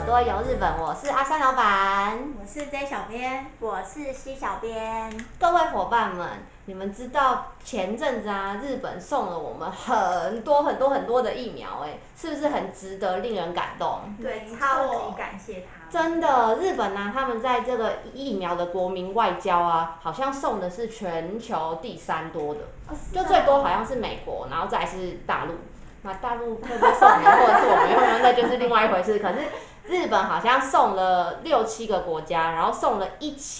多游日本，我是阿三老板， 我是 J 小编， 我是 C 小编。 各位伙伴们，你们知道前阵子日本送了我们很多的疫苗，是不是很值得令人感动？ 对，超级感谢他。 真的，日本他们在这个疫苗的国民外交好像送的是全球第3多的，就最多好像是美国，然后再来是大陆。那大陆会不会送我们，或者是我们用那就是另外一回事。可是日本好像送了6-7个国家，然后送了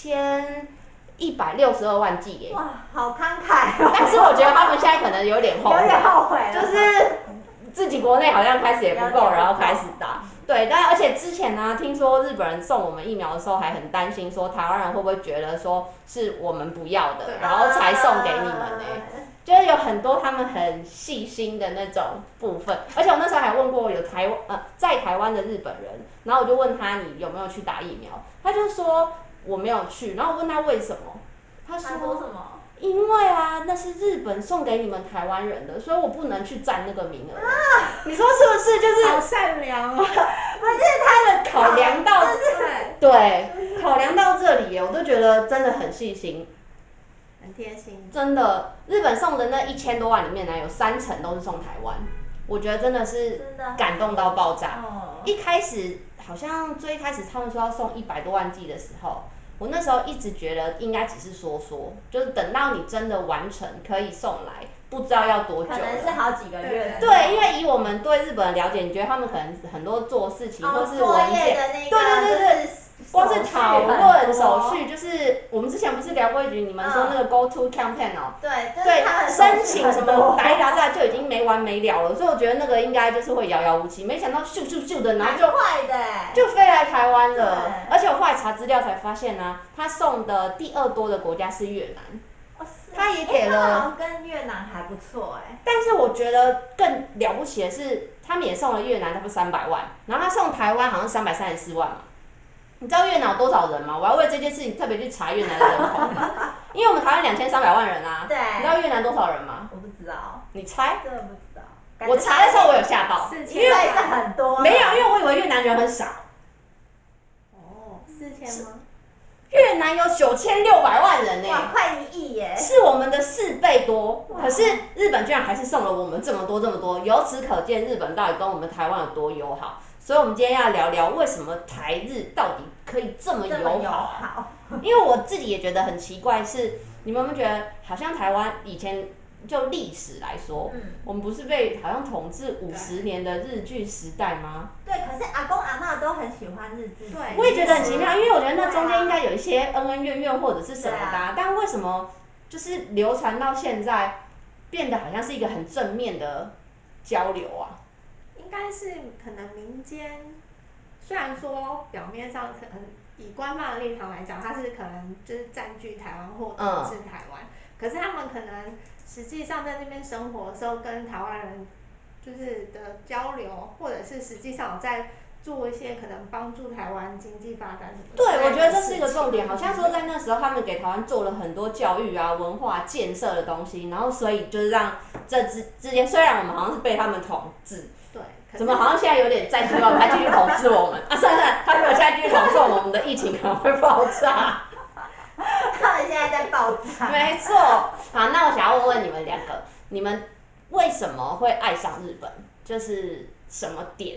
1162万剂耶。 哇，好慷慨哦！ 但是我觉得他们现在可能有点后悔，就是自己国内好像开始也不够，然后开始打。对，但而且之前听说日本人送我们疫苗的时候，还很担心说台湾人会不会觉得说是我们不要的，然后才送给你们呢？就是有很多他们很细心的那种部分，而且我那时候还问过有在台湾的日本人，然后我就问他你有没有去打疫苗，他就说我没有去，然后我问他为什么，他说什么？ 因为那是日本送给你们台湾人的，所以我不能去占那个名额。你说是不是？就是好善良哦， 不是他的考量到，对，考量到这里耶，我都觉得真的很细心。 很贴心， 真的，日本送的那1000多万里面有30%都是送台湾，我觉得真的是感动到爆炸。一开始好像最开始他们说要送100多万剂的时候，我那时候一直觉得应该只是说，就是等到你真的完成可以送来，不知道要多久了， 可能是好几个月。 对，因为以我们对日本的了解，你觉得他们可能很多做事情或是文件，对。光是讨论手续，就是我们之前不是聊过一局，你们说那个 Go To Campaign 对， 申请什么打一打下就已经没完没了了，所以我觉得那个应该就是会遥遥无期。没想到咻的，然后就飞来台湾了。而且我后来查资料才发现他送的第2多的国家是越南。他也给了， 跟越南还不错但是我觉得更了不起的是，他们也送了越南，差不多300万，然后他送台湾好像334万嘛。你知道越南有多少人吗？我要为这件事情特别去查越南的人口，因为我们台湾2300万人对。 你知道越南多少人吗？ 我不知道。 你猜？ 真的不知道。 我查的时候我有吓到， 因为是很多。 没有，因为我以为越南人很少。 哦，4000吗？ 越南有9600万人哇，快1亿耶！ 是我们的4倍多。可是日本居然还是送了我们这么多，由此可见日本到底跟我们台湾有多友好。所以我们今天要聊聊为什么台日到底可以这么友好。因为我自己也觉得很奇怪，是你们有没有觉得好像台湾以前就历史来说，我们不是被好像统治50年的日据时代吗？ 对，可是阿公阿嬷都很喜欢日治。 对， 我也觉得很奇妙，因为我觉得那中间应该有一些恩怨或者是什么的，但为什么就是流传到现在，变得好像是一个很正面的交流啊？ 应该是可能民间，虽然说表面上可能以官方的立场来讲，它是可能就是占据台湾或统治台湾，可是他们可能实际上在那边生活的时候，跟台湾人就是的交流，或者是实际上有在做一些可能帮助台湾经济发展什么的。 对，我觉得这是一个重点。好像说在那时候，他们给台湾做了很多教育文化建设的东西，然后所以就是让这之间，虽然我们好像是被他们统治。 对， 怎么好像现在有点再希望他继续统治我们算了，他如果现在继续统治我们的疫情可能会爆炸。 他们现在在爆炸。 没错。好，那我想要问你们2个，你们为什么会爱上日本？就是什么点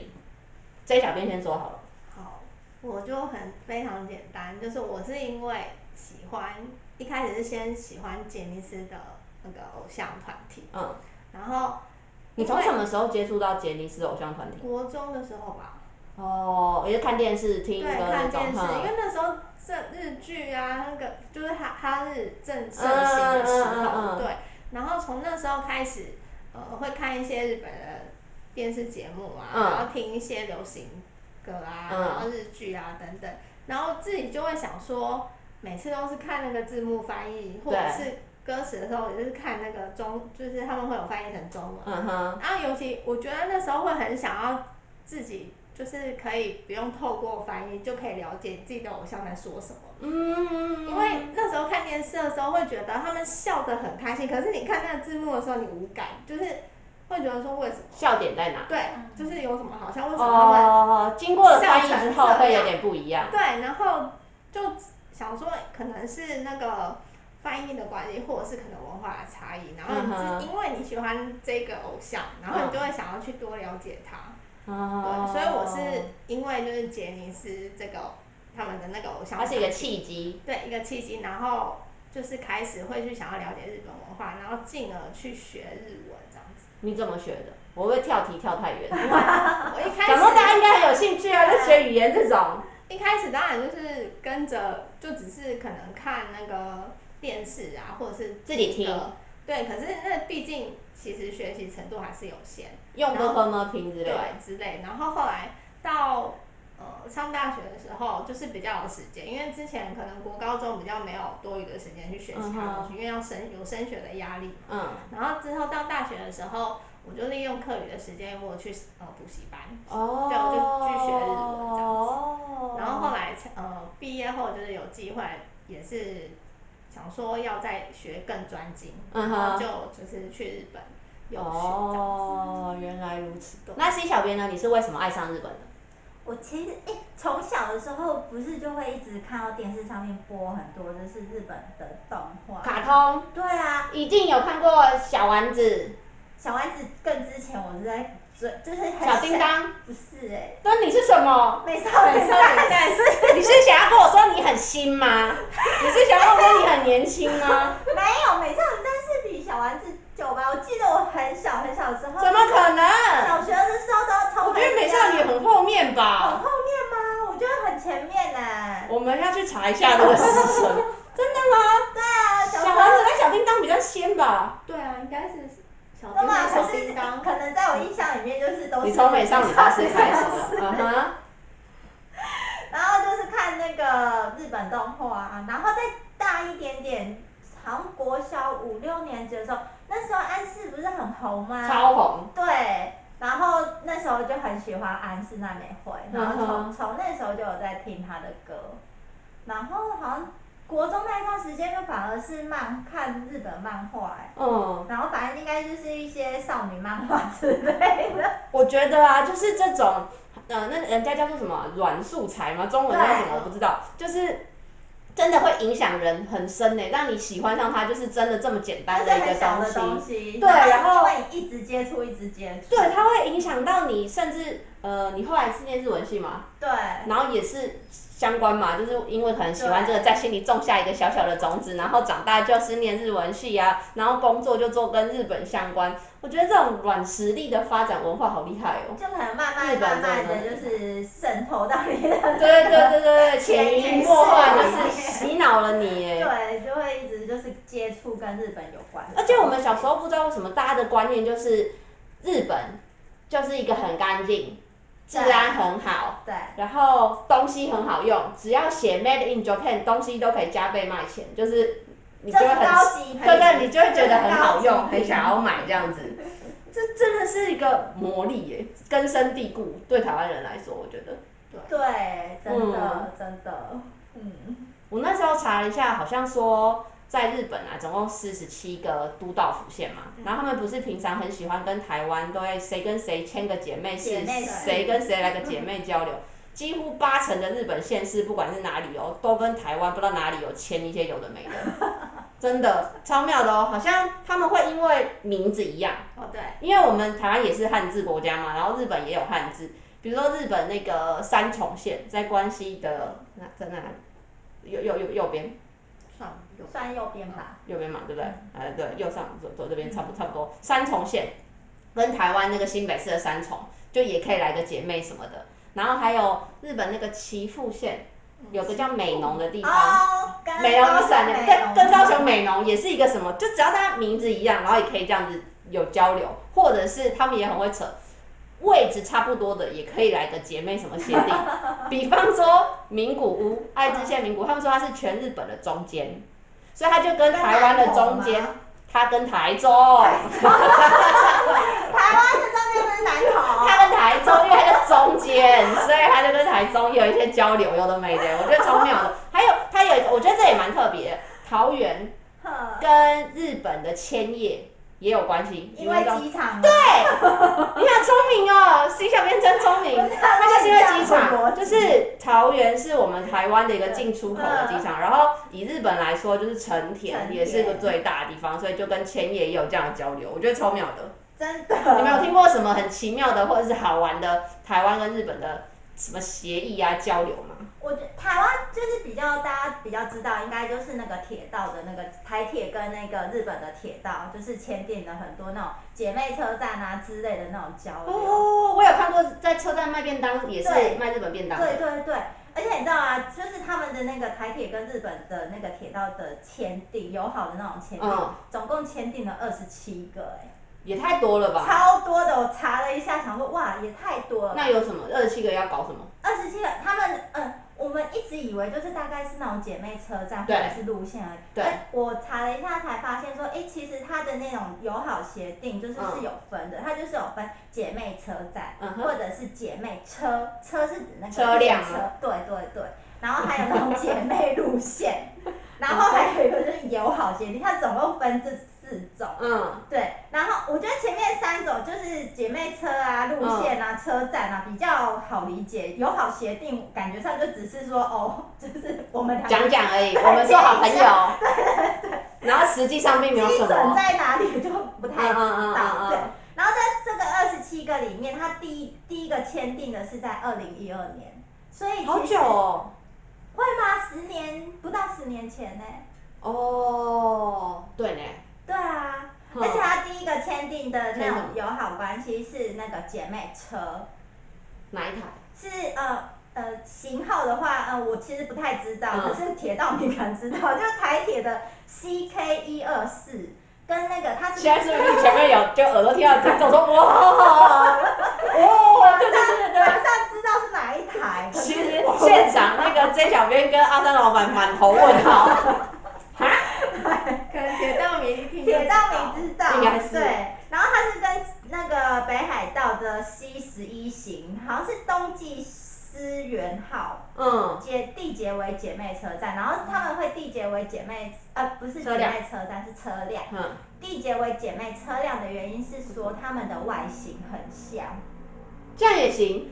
？J 小编先说好了。 好，我就非常简单，就是我是因为喜欢，一开始是先喜欢杰尼斯的那个偶像团体，然后。 你从什么时候接触到杰尼斯偶像团体？ 国中的时候吧。 也是看电视听歌那种。 对，看电视，因为那时候日剧那个就是哈日正盛行的时候，对。然后从那时候开始，会看一些日本的电视节目然后听一些流行歌然后日剧等等，然后自己就会想说，每次都是看那个字幕翻译，或者是。歌词的时候，也就是看那个就是他们会有翻译成中文。然后尤其我觉得那时候会很想要自己，就是可以不用透过翻译就可以了解自己的偶像在说什么。因为那时候看电视的时候会觉得他们笑得很开心，可是你看那个字幕的时候你无感，就是会觉得说为什么？ 笑点在哪？ 对，就是有什么好笑？为什么他们经过了翻译之后会有点不一样。 对，然后就想说可能是那个翻译的关系，或者是可能文化的差异，然后因为你喜欢这个偶像，然后你就会想要去多了解他。对，所以我是因为就是杰尼斯这个他们的那个偶像， 它是一个契机。 对，一个契机，然后就是开始会去想要了解日本文化，然后进而去学日文这样子。 你怎么学的？我会跳题跳太远。 我一开始讲说大家应该很有兴趣啊，就学语言这种。 一开始当然就是跟着，就只是可能看那个电视啊，或者是自己听。 对，可是那毕竟其实学习程度还是有限， 用不喝么拼之类的。 对，之类。然后后来到上大学的时候，就是比较有时间，因为之前可能国高中比较没有多余的时间去学其他东西，因为要有升学的压力。然后之后到大学的时候，我就利用课余的时间，我去补习班，对，我就去学日文这样子。然后后来毕业后就是有机会，也是想说要再学更专精，然后就是去日本游学这样子。 原来如此。那 C 小编呢？你是为什么爱上日本的？ 我其实从小的时候不是就会一直看到电视上面播很多就是日本的动画、 卡通。 对啊， 一定有看过小丸子。 小丸子更之前我是在追，就是小叮当。 不是那你是什么？ 美少女战士。 你是想要跟我说你很新吗？你是想要说你很年轻吗？ 没有，美少女战士比小丸子久吧？我记得我很小的时候。 怎么可能？ 小学的时候都要超。 我觉得美少女很后面吧。 很后面吗？我觉得很前面呢。 我们要去查一下那个时辰。真的吗？ 对啊， 小丸子跟小叮当比较先吧。 对啊，应该是小叮当。 可能在我印象里面就是都是。 你从美少女战士开始的。 然后就是看那个日本动画啊，然后再大一点点，好像国小5、6年级的时候，那时候安室不是很红吗？ 超红。 对，然后那时候就很喜欢安室奈美惠，然后从那时候就有在听她的歌，然后好像国中那一段时间就反而是看日本漫画然后反正应该就是一些少女漫画之类的。 我觉得啊，就是这种。那人家叫做什么软素材吗？中文叫什么我不知道，就是真的会影响人很深呢，让你喜欢上它，就是真的这么简单的一个东西。 对，然后会一直接触。 对，它会影响到你，甚至你后来是念日文系嘛？ 对。 然后也是相关嘛，就是因为可能喜欢这个，在心里种下一个小小的种子，然后长大就是念日文系啊，然后工作就做跟日本相关。我觉得这种软实力的发展文化好厉害哦。 就可能慢慢的就是渗透到你的。 对，潜移默化就是洗脑了你耶。 对，就会一直就是接触跟日本有关。 而且我们小时候不知道为什么大家的观念就是日本就是一个很干净。治安很好， 对， 然后东西很好用，只要写 Made in Japan， 东西都可以加倍卖钱，就是你就会很对，你就会觉得很好用，很想要买这样子。这真的是一个魔力耶，根深蒂固。对台湾人来说，我觉得。 对，真的。 我那时候查了一下，好像说。在日本啊，总共47个都道府县嘛，然后他们不是平常很喜欢跟台湾都会谁跟谁签个姐妹市，谁跟谁来个姐妹交流，几乎80%的日本县市，不管是哪里都跟台湾不知道哪里有签一些有的没的，真的超妙的哦，好像他们会因为名字一样， 对， 因为我们台湾也是汉字国家嘛，然后日本也有汉字，比如说日本那个三重县在关西的在哪里？右边。 算右边吧。 右边嘛，对不对？对，右上走这边差不多。三重县跟台湾那个新北市的三重，就也可以来个姐妹什么的。然后还有日本那个岐阜县，有个叫美浓的地方，美浓是跟高雄美浓也是一个什么，就只要大家名字一样，然后也可以这样子有交流，或者是他们也很会扯。位置差不多的也可以来个姐妹什么协定，比方说名古屋、爱知县名古屋，他们说它是全日本的中间，所以它就跟台湾的中间，它跟台中， 台湾的中间不是南投， 它跟台中，因为它在中间，所以它就跟台中有一些交流，有的没的，我觉得超妙的。还有它有，我觉得这也蛮特别的，桃园跟日本的千叶也有关系， 因为机场。 对，你好聪明哦，新小编真聪明。那就是因为机场，就是桃园是我们台湾的一个进出口的机场，然后以日本来说，就是成田也是个最大的地方，所以就跟千叶也有这样的交流，我觉得超妙的。 真的。 你们有听过什么很奇妙的或者是好玩的台湾跟日本的什么协议啊交流吗？ 我觉得台湾就是大家比较知道，应该就是那个铁道的那个台铁跟那个日本的铁道，就是签订了很多那种姐妹车站啊之类的那种交流。 哦，我有看过在车站卖便当，也是卖日本便当的。 对对对，而且你知道啊，就是他们的那个台铁跟日本的那个铁道的签订，友好的那种签订，总共签订了27个也太多了吧？ 超多的，我查了一下，想说哇，也太多了。 那有什么27个要搞什么 ？27个，他们我们一直以为就是大概是那种姐妹车站或者是路线而已。 对。 我查了一下才发现说，其实它的那种友好协定就是有分的，它就是有分姐妹车站，或者是姐妹车，车是指那个车辆。 对对对。然后还有那种姐妹路线，然后还有一个就是友好协定，它总共分这4种。对。然后我觉得前面3种就是姐妹车啊、路线啊、车站啊比较好理解，友好协定感觉上就只是说就是我们讲讲而已，我们做好朋友。对。然后实际上并没有什么。基准在哪里就不太知道。对。然后在这个27个里面，它第一个签订的是在2012年，所以好久哦。 会吗？10年不到10年前呢。 哦，对呢。 对啊，而且他第一个签订的那种友好关系是那个姐妹车。 哪一台？ 是型号的话，我其实不太知道，可是铁道迷可能知道，就是台铁的 CK124。跟那个他是现在是不是前面有就耳朵听到听众说哇， 马上知道是哪一台。 其实现场那个 J 小编跟阿三老板满头问号。 可能铁道迷一听铁道迷知道， 应该是对。然后它是跟那个北海道的 C11型，好像是冬季思源号，缔结为姐妹车站，然后他们会缔结为姐妹，不是姐妹车站，是车辆。缔结为姐妹车辆的原因是说他们的外形很像。 这样也行。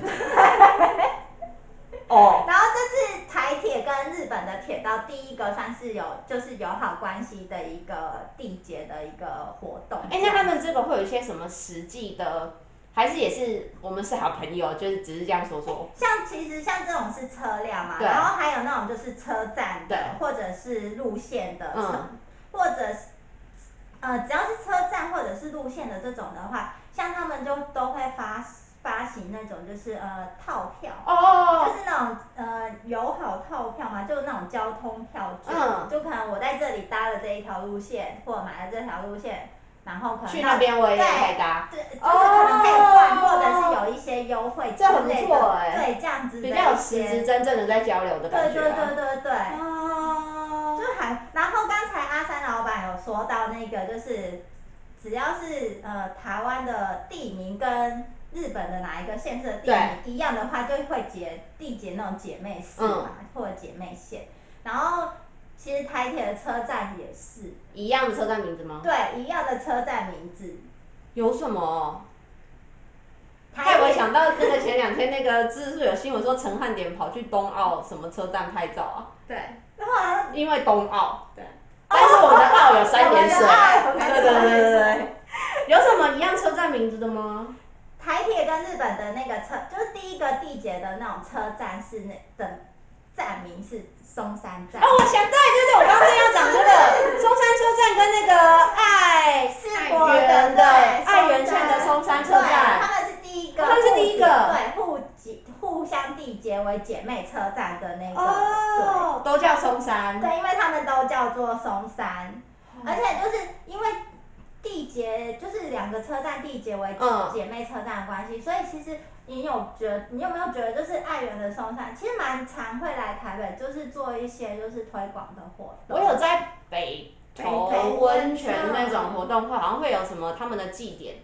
然后这是台铁跟日本的铁道第一个算是就是友好关系的一个缔结的一个活动。 那他们这个会有一些什么实际的？还是也是我们是好朋友，就是只是这样说说。 其实像这种是车辆嘛，然后还有那种就是车站的，或者是路线的，或者是只要是车站或者是路线的这种的话，像他们就都会发行那种就是套票，就是那种友好套票嘛，就是那种交通票券，就可能我在这里搭了这一条路线，或者买了这条路线。然后可能去那边我也可以搭， 对，就是可能可以换，或者是有一些优惠之类的，对，这样子的比较有实质真正的在交流的感觉。 对。就然后刚才阿三老板有说到那个，就是只要是台湾的地名跟日本的哪一个县市的地名一样的话，就会缔结那种姐妹市嘛，或者姐妹县，然后。其实台铁的车站也是一样的车站名字吗？ 对，一样的车站名字。 有什么？害我想到那个前2天那个是不是有新闻说陈汉典跑去东澳什么车站拍照啊？ 对。 因为冬奥。 对。 但是我们的澳有3点水。对。有什么一样车站名字的吗？ 台铁跟日本的那个就是第一个缔结的那种车站是站名是松山站。 我想对，我刚刚正要讲这个松山车站跟那个爱媛县的松山车站， 他们是第一个。对，互相缔结为姐妹车站的那个。 都叫松山。 对，因为他们都叫做松山，而且就是因为缔结就是2个车站缔结为姐妹车站的关系，所以其实。你有没有觉得，就是爱媛的松山，其实蛮常会来台北，就是做一些就是推广的活动。 我有在北投温泉那种活动，好像会有什么他们的祭典，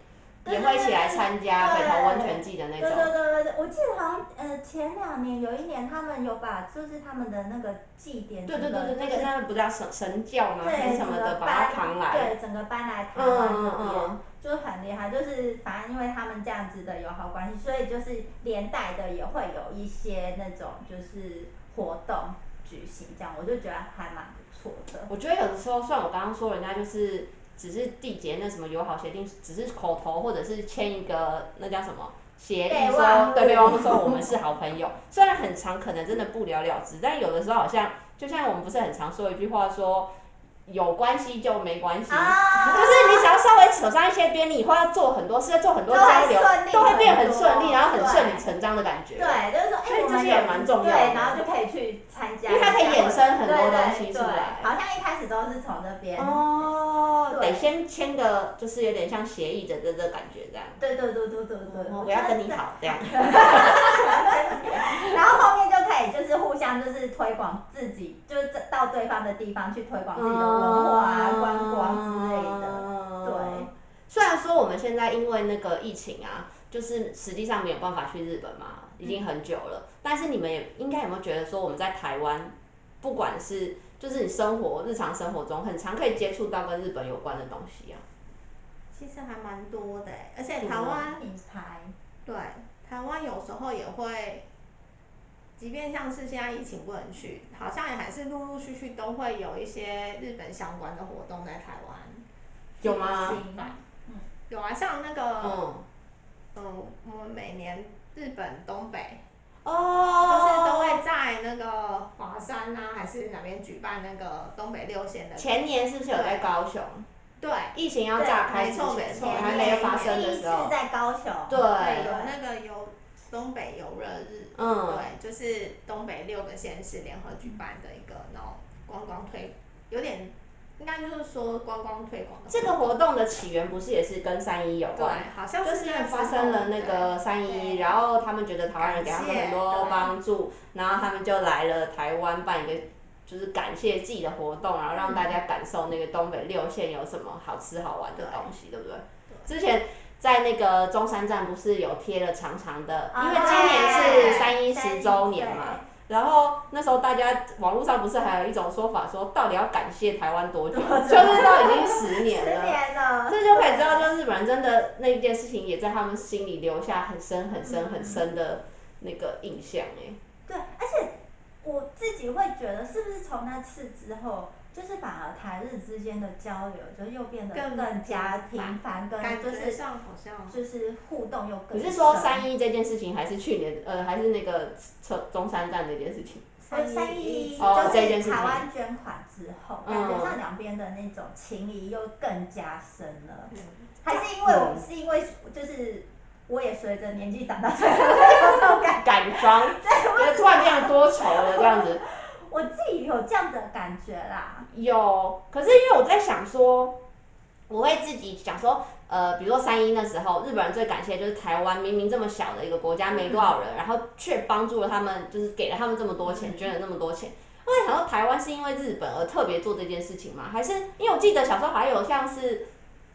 也会一起来参加北投温泉季的那种。 对，我记得好像前2年有一年他们有把就是他们的那个祭典， 对，那个不叫神教吗？还是什么的，把它扛来。 对，整个搬来台湾这边，就是很厉害。就是反正因为他们这样子的友好关系，所以就是连带的也会有一些那种就是活动举行，这样我就觉得还蛮不错的。 我觉得有的时候，虽然我刚刚说人家就是只是缔结那什么友好协定，只是口头或者是签一个那叫什么协议说，对备忘录说我们是好朋友，虽然很长可能真的不了了之，但有的时候好像就像我们不是很常说一句话说。有关系就没关系，就是你只要稍微扯上一些边，你以后要做很多事，做很多交流，都会变很顺利，然后很顺理成章的感觉。 对，就是说， 所以这些也蛮重要的。 对，然后就可以去参加， 因为它可以衍生很多东西出来。 好像一开始都是从这边。 哦，得先签个，就是有点像协议的这感觉这样。 对。 我要跟你好这样。 然后后面就可以就是互相就是推广自己，就是到对方的地方去推广自己的文化啊、观光之类的。对。 虽然说我们现在因为那个疫情啊，就是实际上没有办法去日本嘛，已经很久了。但是你们也应该有没有觉得说，我们在台湾，不管是就是你日常生活中，很常可以接触到跟日本有关的东西啊。 其实还蛮多的，而且台湾品牌， 对，台湾有时候也会，即便像是现在疫情不能去，好像也还是陆陆续续都会有一些日本相关的活动在台湾。 有吗？ 有啊，像那个，我们每年日本东北，就是都会在那个华山啊，还是哪边举办那个东北6县的。 前年是不是有在高雄？ 对， 疫情要炸开之前，还没有发生的时候。 在高雄。 对， 有那个东北游热日，对，就是东北6个县市联合举办的一个那种观光有点。应该就是说观光推广的。 这个活动的起源不是也是跟311有关？ 对，好像就是因为发生了那个311，然后他们觉得台湾人给他们很多帮助，然后他们就来了台湾办一个就是感谢祭的活动，然后让大家感受那个东北6县有什么好吃好玩的东西，对不对？之前在那个中山站不是有贴了长长的，因为今年是31110周年嘛。然后那时候大家网络上不是还有一种说法说，到底要感谢台湾多久？就是都已经10年了。10 年了。 这就可以知道，就日本人真的那一件事情也在他们心里留下很深的那个印象哎。 对，而且我自己会觉得，是不是从那次之后，就是反而台日之间的交流就又变得更加频繁，跟就是上好像就是互动又更。 你是说311这件事情，还是去年还是那个中山站这件事情 ？311就是台湾捐款之后，感觉上两边的那种情谊又更加深了。还是因为就是我也随着年纪长大，所以会有这种感伤，对，突然变得多愁了这样子。 我自己有这样子的感觉啦。 有，可是因为我在想说，我会自己想说，比如说311那时候，日本人最感谢就是台湾明明这么小的一个国家，没多少人，然后却帮助了他们，就是给了他们这么多钱，捐了那么多钱。我在想说，台湾是因为日本而特别做这件事情吗？还是因为我记得小时候还有像是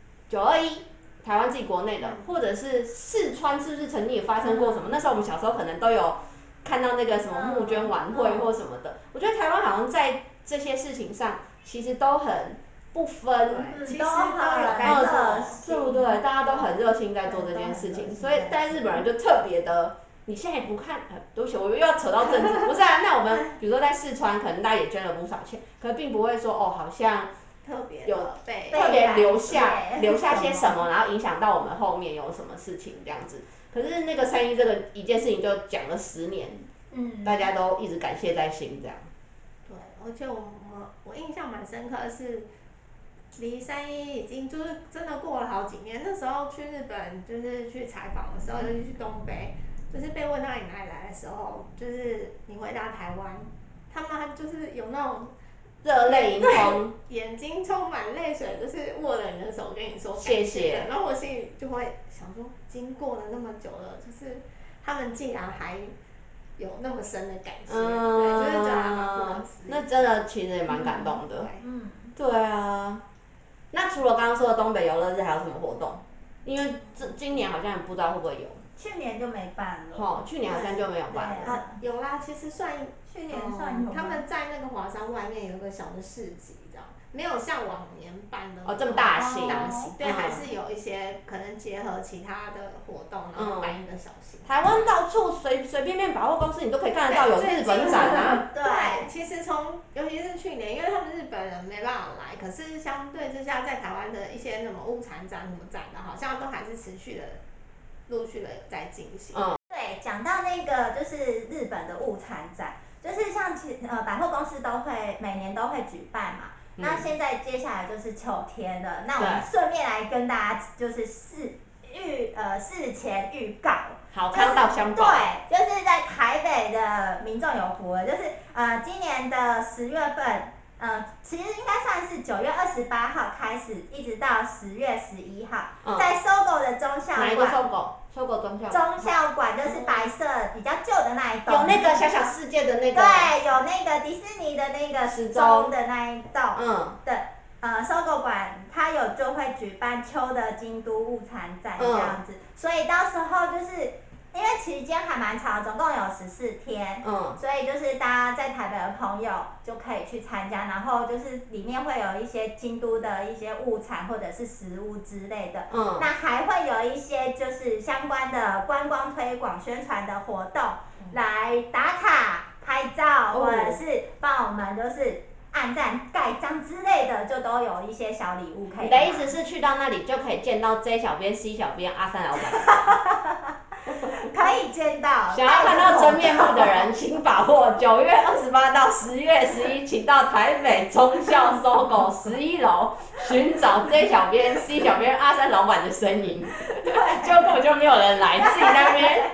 921。台湾自己国内的，或者是四川是不是曾经也发生过什么？那时候我们小时候可能都有看到那个什么募捐晚会或什么的。我觉得台湾好像在这些事情上其实都很不分， 其实都有对不对？大家都很热心在做这件事情，所以但日本人就特别的。你现在不看，对不起，我又要扯到政治，不是啊？那我们比如说在四川，可能大家也捐了不少钱，可并不会说哦，好像。特别留下些什么，然后影响到我们后面有什么事情这样子。可是那个311这个一件事情就讲了10年，大家都一直感谢在心这样。 对，而且我印象蛮深刻的是，离311已经就是真的过了好几年。那时候去日本就是去采访的时候，就是去东北，就是被问到你哪里来的时候，就是你回答台湾，他们就是有那种。 热泪盈眶， 眼睛充满泪水，就是握着你的手跟你说谢谢。 然后我心里就会想说，经过了那么久了，就是他们竟然还有那么深的感谢，对，就是觉得还蛮不可思议。 那真的其实也蛮感动的。对啊。那除了刚刚说的东北游乐日，还有什么活动？ 因为今年好像也不知道会不会有。 去年就没办了。 去年好像就没有办了。 有啦，其实去年算有。 他们在那个华山外面有一个小的市集，这样没有像往年办的这么大型。 对，还是有一些可能结合其他的活动，然后办一个小型。 台湾到处随便百货公司你都可以看得到有日本展啊。 对，其实尤其是去年，因为他们日本人没办法来，可是相对之下，在台湾的一些什么物产展什么展的，好像都还是持续的。陆续的在进行。 对，讲到那个就是日本的物产展，就是像百货公司每年都会举办嘛。那现在接下来就是秋天了，那我们顺便来跟大家就是事前预告。 好，看到相报。 对，就是在台北的民众有福了，就是今年的10月份。其实应该算是9月28号开始，一直到10月11号，在SOGO的忠孝馆。 哪一个SOGO忠孝？ 忠孝馆就是白色比较旧的那一栋。 有那个小世界的那个。 对，有那个迪士尼的那个时钟的那一栋。SOGO馆它就会举办秋的京都物产展这样子，所以到时候就是。因为期间还蛮长，总共有14天，所以就是大家在台北的朋友就可以去参加，然后就是里面会有一些京都的一些物产或者是食物之类的，那还会有一些就是相关的观光推广宣传的活动，来打卡拍照，或者是帮我们就是按赞盖章之类的，就都有一些小礼物可以。 你的意思是去到那里就可以见到 J 小编、C 小编、阿三老板？ 可以见到。 想要看到真面目的人，请把握9月28到10月11，请到台北忠孝SOGO 11楼寻找 J 小编、C 小编、阿三老板的身影。对，结果根本就没有人来，自己在那边。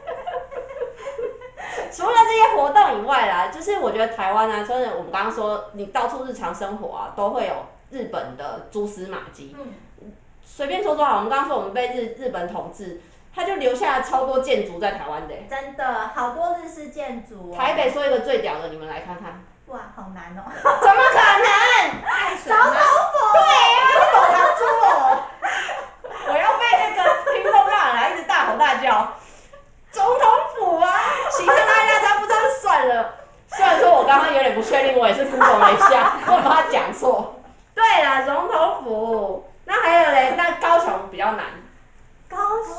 除了这些活动以外啦，就是我觉得台湾啊，真的我们刚刚说，你到处日常生活啊，都会有日本的蛛丝马迹。随便说好，我们刚刚说我们被日本统治。他就留下了超多建筑在台湾的。 真的，好多日式建筑。 台北说一个最屌的，你们来看看。 哇，好难哦。 怎么可能？ 总统府。 对呀，我拿出我。我要被那个听众骂来，一直大吼大叫。总统府啊，其他大家不知道就算了。虽然说我刚刚有点不确定，我也是 Google 了一下，我怕讲错。对啦，总统府。那还有嘞，那高雄比较难。 高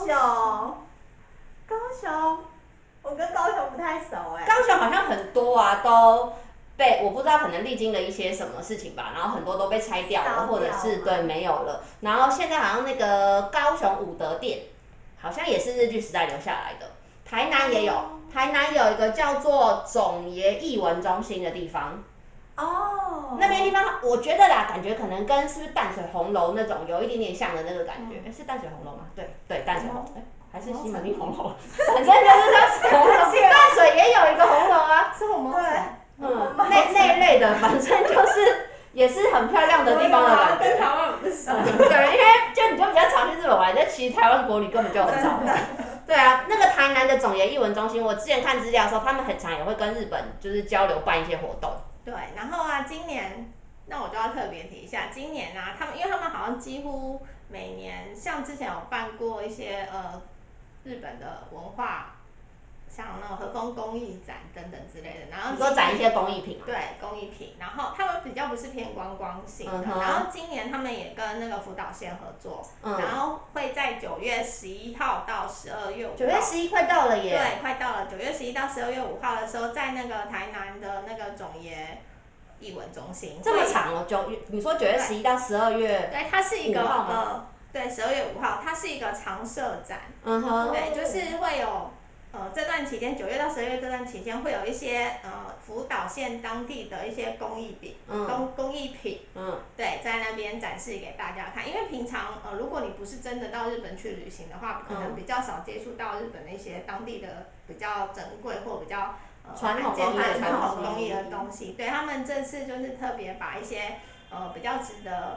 雄，我跟高雄不太熟哎。 高雄好像很多啊，都被我不知道，可能历经了一些什么事情吧，然后很多都被拆掉了，或者是对没有了。然后现在好像那个高雄武德殿，好像也是日据时代留下来的。台南也有，台南有一个叫做总爷艺文中心的地方。那边地方我觉得啦，感觉可能跟是不是淡水红楼那种有一点点像的那个感觉。是淡水红楼吗？对，淡水红楼。还是西门町红楼，反正就是在红楼。淡水也有一个红楼啊， 是红楼。 那一类的，反正就是也是很漂亮的地方的感觉。 跟台湾不熟。 对，因为你就比较常去日本玩，但其实台湾国旅根本就很少。对啊，那个台南的总爷艺文中心，我之前看资料的时候，他们很常也会跟日本就是交流办一些活动。 对，然后啊，今年那我就要特别提一下，今年啊，因为他们好像几乎每年，像之前有办过一些日本的文化，像那种和风工艺展等等之类的，然后你说展一些工艺品啊？ 对，工艺品，然后他们比较不是偏观光性的，然后今年他们也跟那个福岛县合作，然后会在9月11号到12月5号。9 月11快到了耶！ 对，快到了。9月11到12月5号的时候，在那个台南的那个总爷艺文中心。 这么长哦，你说9月11到12月？ 对，它是一个对，12月5号，它是一个常设展。对，就是会有这段期间，9月到12月这段期间，会有一些福岛县当地的一些工艺品，对，在那边展示给大家看。因为平常如果你不是真的到日本去旅行的话，可能比较少接触到日本的一些当地的比较珍贵或比较传统工艺的东西。对，他们这次就是特别把一些比较值得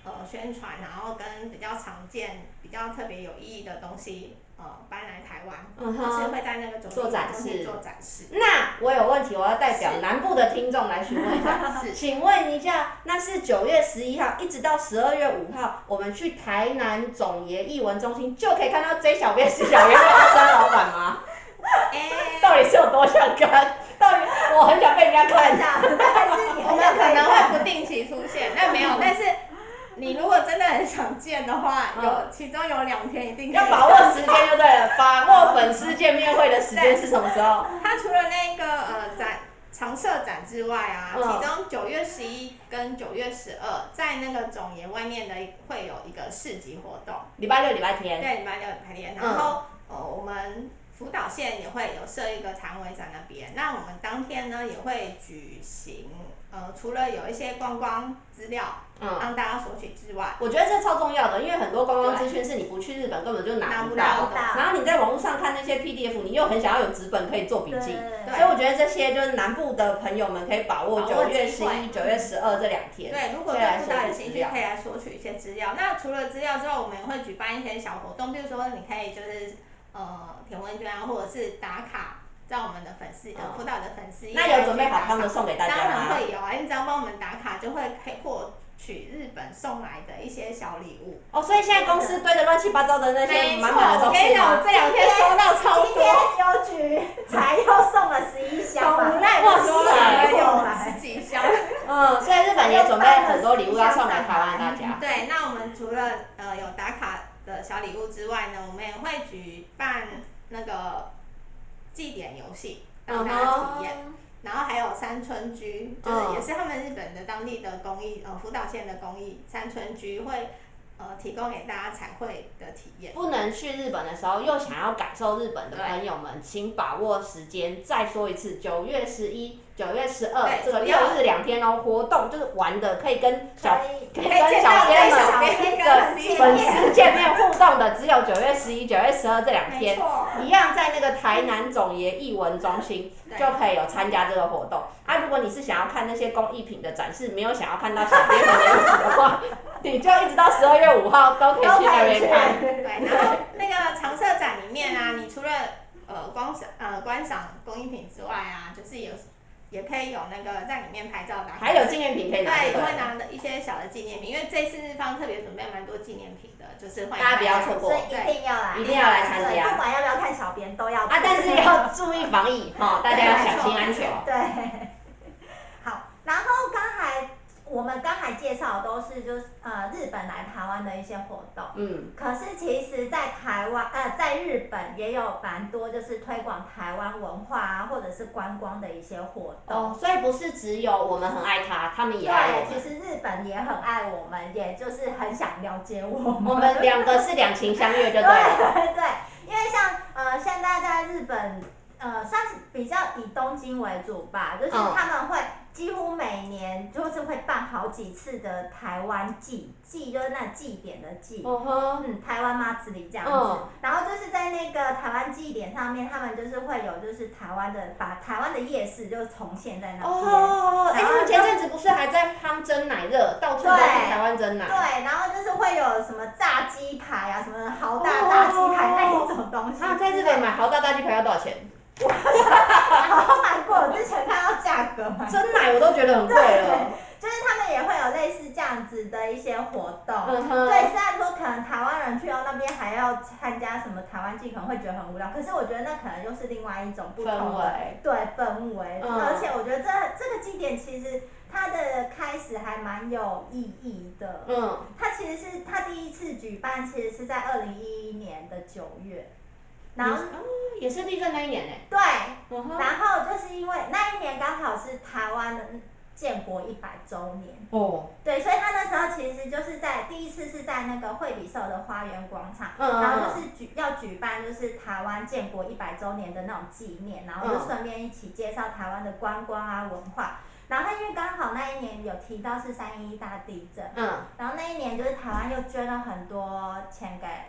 宣传，然后跟比较常见、比较特别有意义的东西搬来台湾，就是会在那个做展示。 那我有问题，我要代表南部的听众来询问一下，请问一下，那是9月11号一直到12月5号，我们去台南总爷艺文中心就可以看到 J 小编、C 小编跟3老板吗？到底是有多想看？到底我很想被人家看。 我们可能会不定期出现，但没有，但是。你如果真的很想见的话，其中有2天一定要把握时间就对了。把握粉丝见面会的时间是什么时候？ 它除了那个常设展之外啊，其中9月11跟9月12在那个总爷外面的会有一个市集活动。 礼拜六、礼拜天。 对，礼拜六、礼拜天。然后我们福岛县也会有设一个摊位在那边。那我们当天呢也会举行。除了有一些观光资料让大家索取之外， 我觉得这超重要的，因为很多观光资讯是你不去日本根本就拿不到的。然后你在网络上看那些 PDF， 你又很想要有纸本可以做笔记，所以我觉得这些就是南部的朋友们可以把握9月11、9月12这2天。 对，如果对福岛有兴趣，可以来索取一些资料。那除了资料之后，我们也会举办一些小活动，比如说你可以就是填问卷啊，或者是打卡。在我们的粉丝辅导的粉丝， 那有准备好康的送给大家吗？ 当然会有啊，你只要帮我们打卡，就会可以获取日本送来的一些小礼物。 所以现在公司堆的乱七八糟的那些满满的东西。 我跟你讲，我这2天收到超多。 今天邮局才又送了11箱吧， 哇塞，又10几箱。 所以日本也准备很多礼物要送给台湾大家。 对，那我们除了有打卡的小礼物之外呢，我们也会举办那个。祭典游戏让大家体验，然后还有山村居，就是也是他们日本的当地的工艺，福岛县的工艺山村居会提供给大家彩绘的体验。 不能去日本的时候，又想要感受日本的朋友们，请把握时间。再说一次 ，9月11、 9月12这个6日2天活动就是玩的，可以跟小编们的粉丝见面互动的，只有9月11、9月12这2天，一样在那个台南总爷艺文中心就可以有参加这个活动。如果你是想要看那些工艺品的展示，没有想要看到小编们的样子的话，你就一直到12月5号都可以去那边看。 对，然后那个常设展里面啊，你除了观赏工艺品之外啊，就是也可以有那个在里面拍照的， 还有纪念品可以拿。 对，会拿的一些小的纪念品，因为这次日方特别准备蛮多纪念品的，就是欢迎大家不要错过， 所以一定要来， 一定要来参加。 不管要不要看小编都要。 但是要注意防疫大家要小心安全。 对。好，然后我们刚才介绍的都是日本来台湾的一些活动，可是其实在在日本也有蛮多就是推广台湾文化啊，或者是观光的一些活动。 所以不是只有我们很爱他们也爱我们。 对，其实日本也很爱我们，也就是很想了解我们。 我们2个是两情相悦就对了。 对，因为像现在在日本算是比较以东京为主吧，就是他们会几乎每年就是会办好几次的台湾祭就是那祭典的祭，台湾妈子里这样子，然后就是在那个台湾祭典上面，他们就是会有就是把台湾的夜市就重现在那边。 他们前阵子不是还在夯珍奶热，到处都是台湾珍奶。 对，然后就是会有什么炸鸡排啊，什么豪大大鸡排那一种东西。 在日本买豪大大鸡排要多少钱？ 好难过，我之前看到价格嘛， 珍奶我都觉得很贵了。 就是他们也会有类似这样子的一些活动，对，虽然说可能台湾人去到那边还要参加什么台湾祭，可能会觉得很无聊，可是我觉得那可能又是另外一种不同的氛围，而且我觉得这个祭典其实它的开始还蛮有意义的，它其实是它第一次举办，其实是在2011年的9月。然后也是地震那一年呢。 对，然后就是因为那一年刚好是台湾的建国100周年。对，所以他那时候其实就是第一次是在那个惠比寿的花园广场，然后就是要举办就是台湾建国100周年的那种纪念，然后就顺便一起介绍台湾的观光啊文化。然后因为刚好那一年有提到是311大地震，然后那一年就是台湾又捐了很多钱给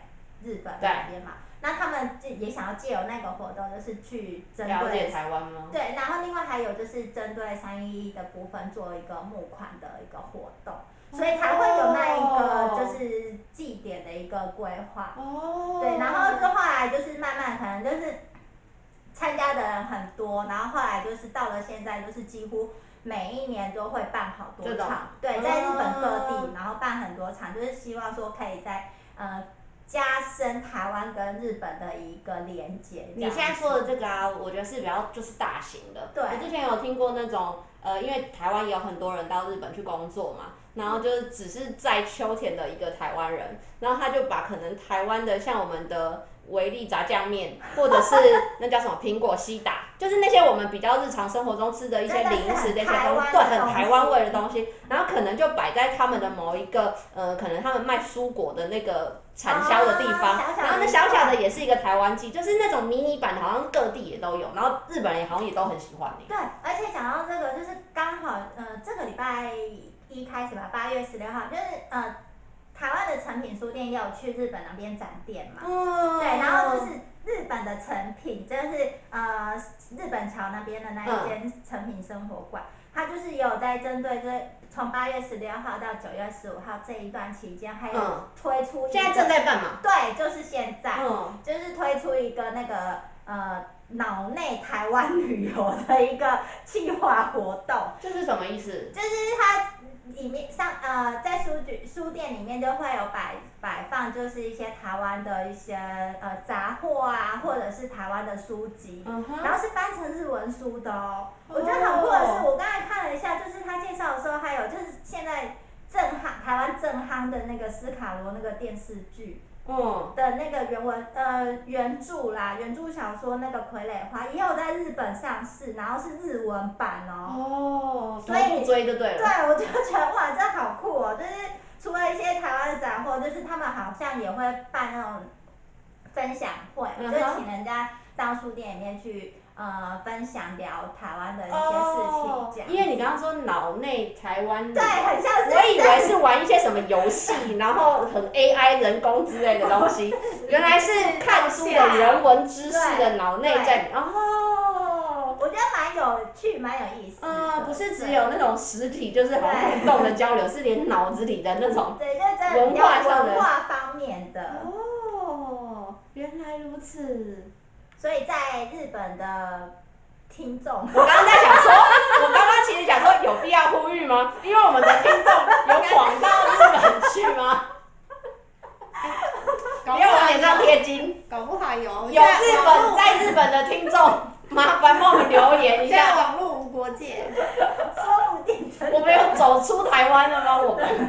日本那边嘛。那他们也想要借由那个活动，就是去针对了解台湾吗？ 对，然后另外还有就是针对311的部分做一个募款的一个活动，所以才会有那一个就是祭典的一个规划。对，然后就后来就是慢慢可能就是参加的人很多，然后后来就是到了现在就是几乎每一年都会办好多场，对，在日本各地，然后办很多场，就是希望说可以在加深台湾跟日本的一个连结。 你现在说的这个啊，我觉得是比较就是大型的。 对。 我之前有听过那种因为台湾也有很多人到日本去工作嘛，然后就是只是在秋田的一个台湾人，然后他就把可能台湾的像我们的维力炸酱面，或者是那叫什么苹果西打，就是那些我们比较日常生活中吃的一些零食，那些东西，对，很台湾味的东西，然后可能就摆在他们的某一个可能他们卖蔬果的那个产销的地方，然后那小小的也是一个台湾季，就是那种迷你版的，好像各地也都有，然后日本人也好像也都很喜欢对，而且讲到这个，就是刚好这个礼拜一开始吧，8月16号，就是台湾的诚品书店也有去日本那边展店嘛，对，然后就是日本的诚品，就是日本桥那边的那一间诚品生活馆，它就是也有在针对从8月16号到9月15号这一段期间，还有推出现在正在办嘛？ 对，就是现在，就是推出一个那个脑内台湾旅游的一个企划活动。 这是什么意思？ 就是它里面在书店里面就会有摆放，就是一些台湾的一些杂货啊，或者是台湾的书籍，然后是翻成日文书的哦。我觉得很酷的是，我刚才看了一下，就是他介绍的时候，还有就是现在台湾正夯的那个斯卡罗那个电视剧。的那个原著小说那个傀儡花也有在日本上市，然后是日文版哦。 所以不追就对了。 对，我就觉得哇，这好酷哦！就是除了一些台湾的杂货，就是他们好像也会办那种分享会，就请人家到书店里面去分享聊台湾的一些事情这样。 因为你刚刚说脑内台湾， 对，很像是。 我以为是玩一些什么游戏，然后很 AI 人工之类的东西，原来是看书的人文知识的脑内在。 我觉得蛮有趣，蛮有意思。 不是只有那种实体，就是好像互动的交流，是连脑子里的那种文化上的文化方面的。 原来如此。 所以在日本的听众， 我刚刚在想说，我刚刚其实想说有必要呼吁吗？因为我们的听众有广到日本去吗？不要往脸上贴金， 搞不好有在日本的听众，麻烦帮我们留言一下。 现在网络无国界， 说不定我们有走出台湾了吗？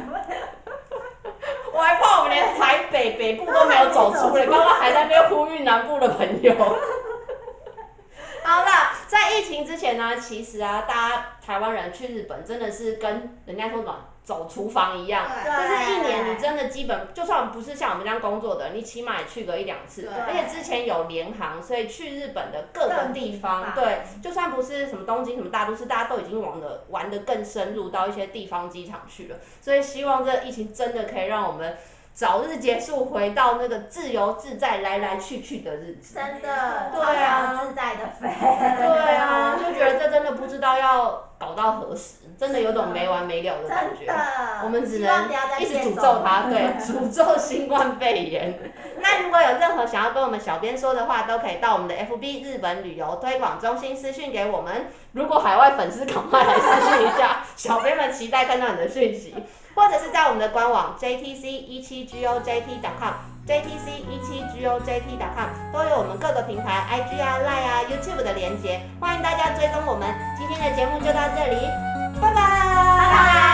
我还怕我们连台北部都没有走出来，刚刚还在那边呼吁南部的朋友。好啦，在疫情之前呢，其实啊，大家台湾人去日本真的是跟人家说什么走厨房一样，就是一年你真的基本，就算不是像我们这样工作的，你起码也去个1-2次。而且之前有联航，所以去日本的各个地方，对，就算不是什么东京什么大都市，大家都已经玩得更深入到一些地方机场去了。所以希望这个疫情真的可以让我们早日结束，回到那个自由自在来来去去的日子。 真的， 对啊， 自在的飞。 对啊，就觉得这真的不知道要搞到何时，真的有种没完没了的感觉。我们只能一直诅咒它，对，诅咒新冠肺炎。那如果有任何想要跟我们小编说的话，都可以到我们的 FB 日本旅游推广中心私讯给我们。如果海外粉丝赶快来私讯一下，小编们期待看到你的讯息。或者是在我们的官网 jtc17gojt.com、jtc17gojt.com 都有我们各个平台 IG 啊、Line 啊、YouTube 的连结，欢迎大家追踪我们。今天的节目就到这里，拜拜。